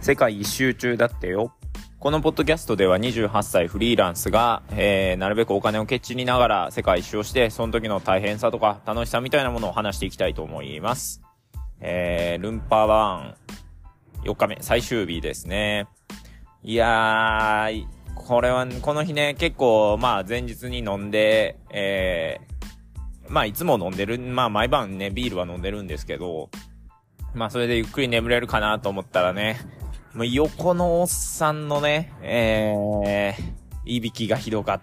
世界一周中だってよ。このポッドキャストでは28歳フリーランスが、なるべくお金をケチりながら世界一周をして、その時の大変さとか楽しさみたいなものを話していきたいと思います。ルンパワーン4日目最終日ですね。いやー、この日ね、結構前日に飲んで、いつも飲んでる、毎晩ねビールは飲んでるんですけど、それでゆっくり眠れるかなと思ったらね、もう横のおっさんのね、いびきがひどかった。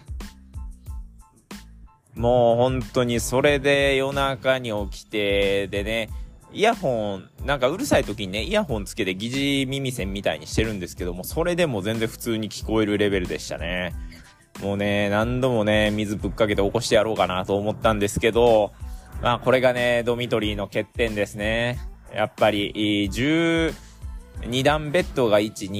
もう本当にそれで夜中に起きて、でね、イヤホン、うるさい時にね、イヤホンつけて疑似耳栓みたいにしてるんですけども、それでも全然普通に聞こえるレベルでしたね。もうね、何度もね、水ぶっかけて起こしてやろうかなと思ったんですけど、これがね、ドミトリーの欠点ですね。やっぱり、12段ベッドが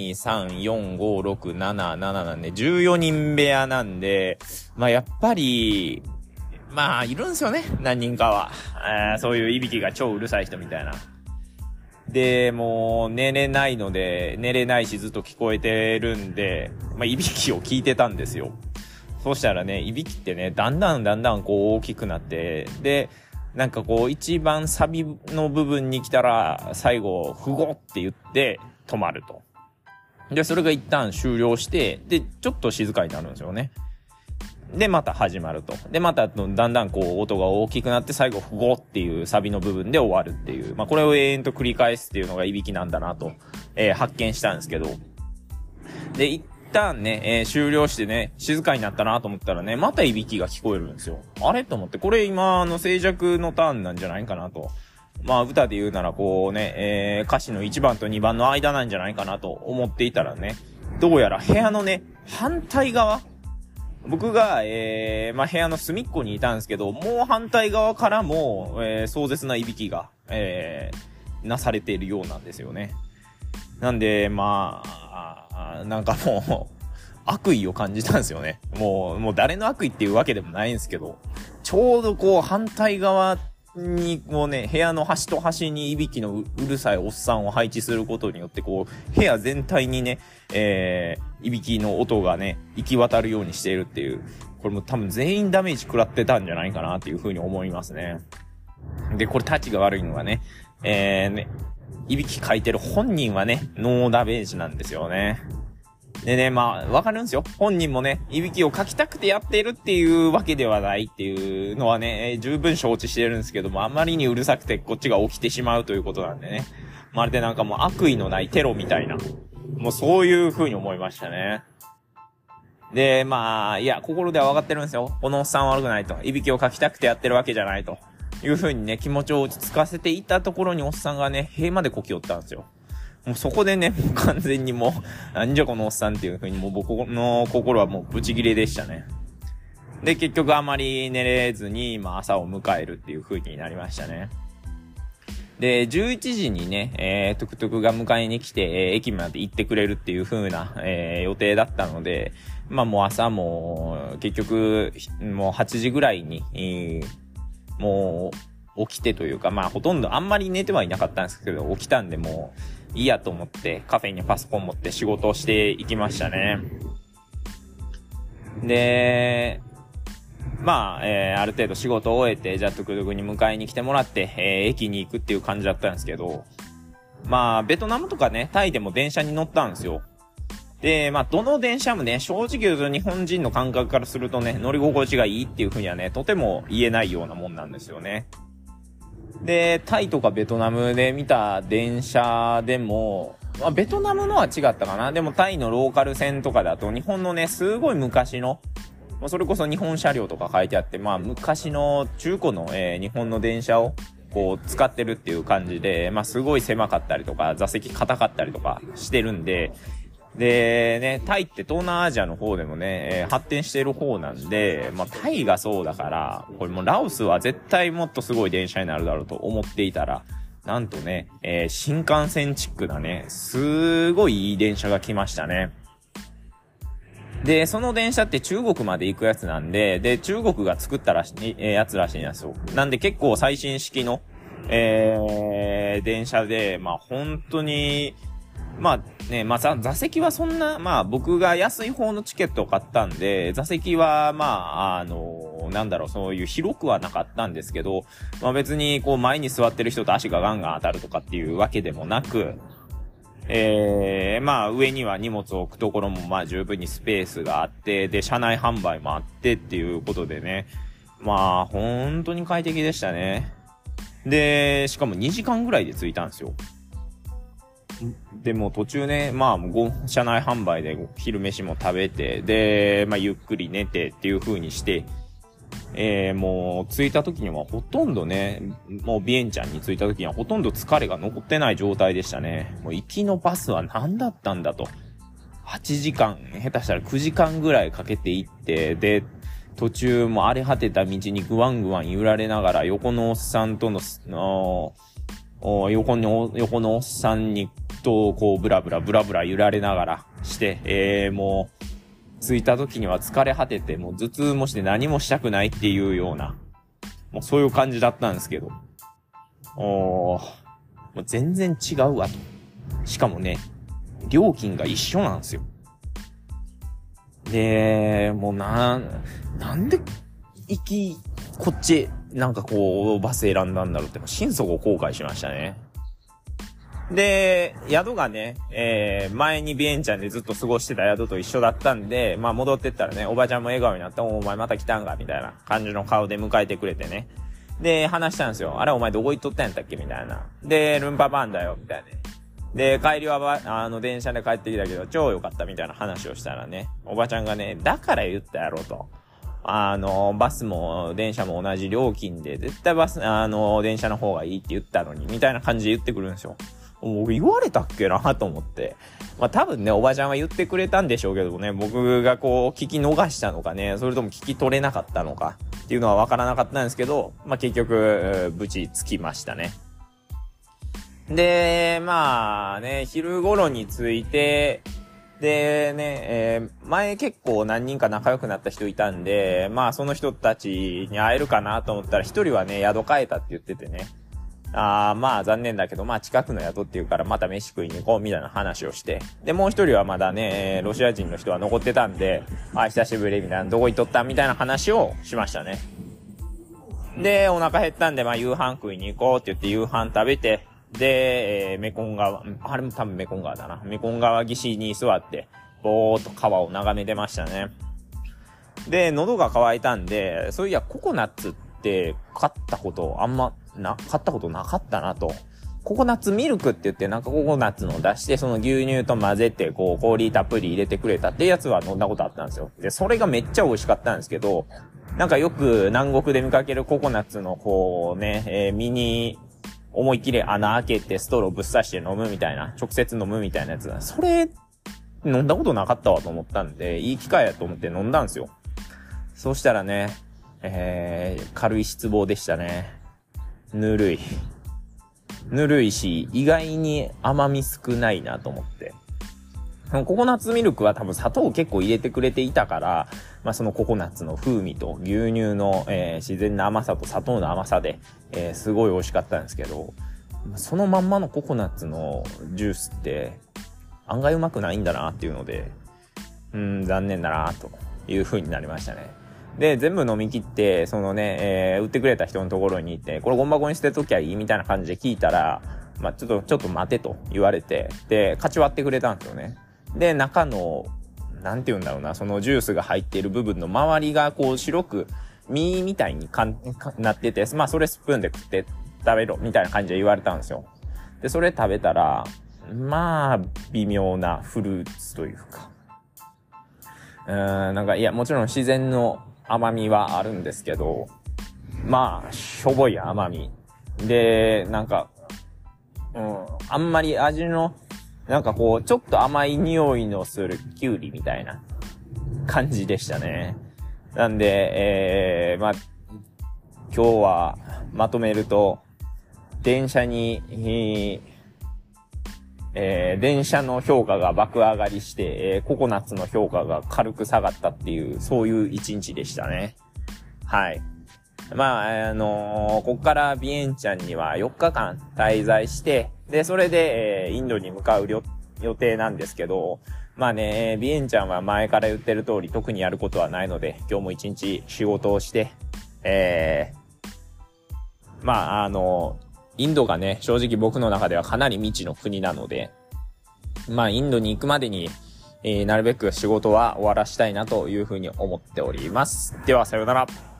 1、2、3、4、5、6、7、7なんで、14人部屋なんで、やっぱり、いるんすよね、何人かは。そういういびきが超うるさい人みたいな。で、もう寝れないので、寝れないしずっと聞こえてるんで、いびきを聞いてたんですよ。そうしたらね、いびきってね、だんだんこう大きくなって、で、一番サビの部分に来たら、最後、ふごって言って止まると。で、それが一旦終了して、で、ちょっと静かになるんですよね。で、また始まると。で、まただんだんこう音が大きくなって最後ふごっていうサビの部分で終わるっていう。これを永遠と繰り返すっていうのがいびきなんだなと、発見したんですけど。で、一旦ね、終了してね、静かになったなと思ったらね、またいびきが聞こえるんですよ。あれと思って、これ今静寂のターンなんじゃないかなと。歌で言うならこうね、歌詞の1番と2番の間なんじゃないかなと思っていたらね、どうやら部屋のね、反対側、僕が、部屋の隅っこにいたんですけど、もう反対側からも、壮絶ないびきが、なされているようなんですよね。なんで、もう、悪意を感じたんですよね。もう誰の悪意っていうわけでもないんですけど、ちょうどこう反対側にこうね、部屋の端と端にいびきのうるさいおっさんを配置することによってこう、部屋全体にね、いびきの音がね、行き渡るようにしているっていう、これも多分全員ダメージ食らってたんじゃないかなっていう風に思いますね。で、これタチが悪いのがね、いびきかいてる本人はね、ノーダメージなんですよね。でね、わかるんですよ。本人もね、いびきをかきたくてやっているっていうわけではないっていうのはね、十分承知してるんですけども、あまりにうるさくてこっちが起きてしまうということなんでね。まるでもう悪意のないテロみたいな。もうそういう風に思いましたね。で、いや、心では分かってるんですよ。このおっさんは悪くないと。いびきをかきたくてやってるわけじゃないと。いう風にね、気持ちを落ち着かせていたところにおっさんがね、塀までこき寄ったんですよ。もうそこでね、もう完全にもう、なんじゃこのおっさんっていう風にもう僕の心はもうブチギレでしたね。で、結局あまり寝れずに、朝を迎えるっていう風になりましたね。で、11時にね、トゥクトゥクが迎えに来て、駅まで行ってくれるっていう風な、予定だったので、もう朝も、結局、もう8時ぐらいに、もう、起きてというか、ほとんどあんまり寝てはいなかったんですけど、起きたんでもう、いいやと思って、カフェにパソコン持って仕事をしていきましたね。で、ある程度仕事を終えて、じゃあトゥクトゥクに迎えに来てもらって、駅に行くっていう感じだったんですけど、ベトナムとかね、タイでも電車に乗ったんですよ。で、どの電車もね、正直言うと日本人の感覚からするとね、乗り心地がいいっていう風にはね、とても言えないようなもんなんですよね。で、タイとかベトナムで見た電車でも、ベトナムのは違ったかな。でもタイのローカル線とかだと日本のね、すごい昔の、それこそ日本車両とか書いてあって、昔の中古の、日本の電車をこう使ってるっていう感じで、すごい狭かったりとか、座席硬かったりとかしてるんで、でね、タイって東南アジアの方でもね、発展してる方なんで、タイがそうだから、これもうラオスは絶対もっとすごい電車になるだろうと思っていたら、なんとね、新幹線チックなね、すごいいい電車が来ましたね。で、その電車って中国まで行くやつなんで、で、中国が作ったやつらしいんですよ。なんで結構最新式の、電車で、本当に、 まあね、まあ座席はそんな、まあ僕が安い方のチケットを買ったんで、座席はまあ、なんだろう、そういう広くはなかったんですけど、まあ別にこう前に座ってる人と足がガンガン当たるとかっていうわけでもなく、まあ上には荷物を置くところもまあ十分にスペースがあって、で、車内販売もあってっていうことでね、まあ本当に快適でしたね。で、しかも2時間ぐらいで着いたんですよ。でも途中ね、まあ車内販売で昼飯も食べて、で、まあゆっくり寝てっていう風にして、もう着いた時にはほとんどね、もうビエンチャンに着いた時にはほとんど疲れが残ってない状態でしたね。もう行きのバスは何だったんだと。8時間、下手したら9時間ぐらいかけて行って、で、途中も荒れ果てた道にグワングワン揺られながら、横のおっさんとの、横のおっさんに、こう、ブラブラ揺られながらして、もう、着いた時には疲れ果てて、もう頭痛もして何もしたくないっていうような、もうそういう感じだったんですけど。もう全然違うわと。しかもね、料金が一緒なんですよ。で、もうなんで、こっち、なんかこう、バス選んだんだろうって、心底後悔しましたね。で、宿がね、前にビエンチャンでずっと過ごしてた宿と一緒だったんで、まあ戻ってったらね、おばちゃんも笑顔になって、お前また来たんかみたいな感じの顔で迎えてくれてね。で、話したんですよ。あれお前どこ行っとったんやったっけみたいな。で、ルンパパンだよ、みたいな。で、帰りは電車で帰ってきたけど、超良かったみたいな話をしたらね、おばちゃんがね、だから言ったやろと。バスも電車も同じ料金で、絶対電車の方がいいって言ったのに、みたいな感じで言ってくるんですよ。言われたっけなと思って。まあ多分ね、おばちゃんは言ってくれたんでしょうけどね、僕がこう聞き逃したのかね、それとも聞き取れなかったのかっていうのはわからなかったんですけど、まあ結局、無事着きましたね。で、まあね、昼頃に着いて、でね、前結構何人か仲良くなった人いたんで、まあその人たちに会えるかなと思ったら一人はね、宿変えたって言っててね。まあ残念だけど、まあ近くの宿っていうからまた飯食いに行こうみたいな話をして。で、もう一人はまだね、ロシア人の人は残ってたんで、久しぶりみたいな、どこ行っとったみたいな話をしましたね。で、お腹減ったんで、まあ夕飯食いに行こうって言って夕飯食べて、で、メコン川、あれも多分メコン川だな。メコン川岸に座って、ぼーっと川を眺めてましたね。で、喉が渇いたんで、そういやココナッツって買ったことなかったなと。ココナッツミルクって言ってなんかココナッツの出してその牛乳と混ぜてこう氷たっぷり入れてくれたっていうやつは飲んだことあったんですよ。で、それがめっちゃ美味しかったんですけど、なんかよく南国で見かけるココナッツのこうね、身に思いっきり穴開けてストローぶっ刺して飲むみたいな、直接飲むみたいなやつ。それ、飲んだことなかったわと思ったんで、いい機会やと思って飲んだんですよ。そうしたらね、軽い失望でしたね。ぬるいし、意外に甘み少ないなと思って。ココナッツミルクは多分砂糖を結構入れてくれていたから、まあそのココナッツの風味と牛乳の、自然な甘さと砂糖の甘さで、すごい美味しかったんですけど、そのまんまのココナッツのジュースって案外うまくないんだなっていうので、残念だなという風になりましたね。で、全部飲み切って、そのね、売ってくれた人のところに行って、これゴミ箱に捨てときゃいいみたいな感じで聞いたら、まあちょっと待てと言われて、で、かち割ってくれたんですよね。で、中の、なんて言うんだろうな、そのジュースが入っている部分の周りがこう白く、実みたいになってて、まあそれスプーンで食って食べろ、みたいな感じで言われたんですよ。で、それ食べたら、まあ、微妙なフルーツというか。なんか、いや、もちろん自然の甘みはあるんですけど、まあ、しょぼい甘み。で、なんか、あんまり味の、なんかこう、ちょっと甘い匂いのするキュウリみたいな感じでしたね。なんで、まあ、今日はまとめると、電車の評価が爆上がりして、ココナッツの評価が軽く下がったっていう、そういう一日でしたね。はい。まあ、こっからビエンチャンには4日間滞在して、で、それで、インドに向かう予定なんですけど、まあね、ビエンちゃんは前から言ってる通り特にやることはないので、今日も一日仕事をして、まあインドがね、正直僕の中ではかなり未知の国なので、まあインドに行くまでに、なるべく仕事は終わらしたいなというふうに思っております。ではさようなら。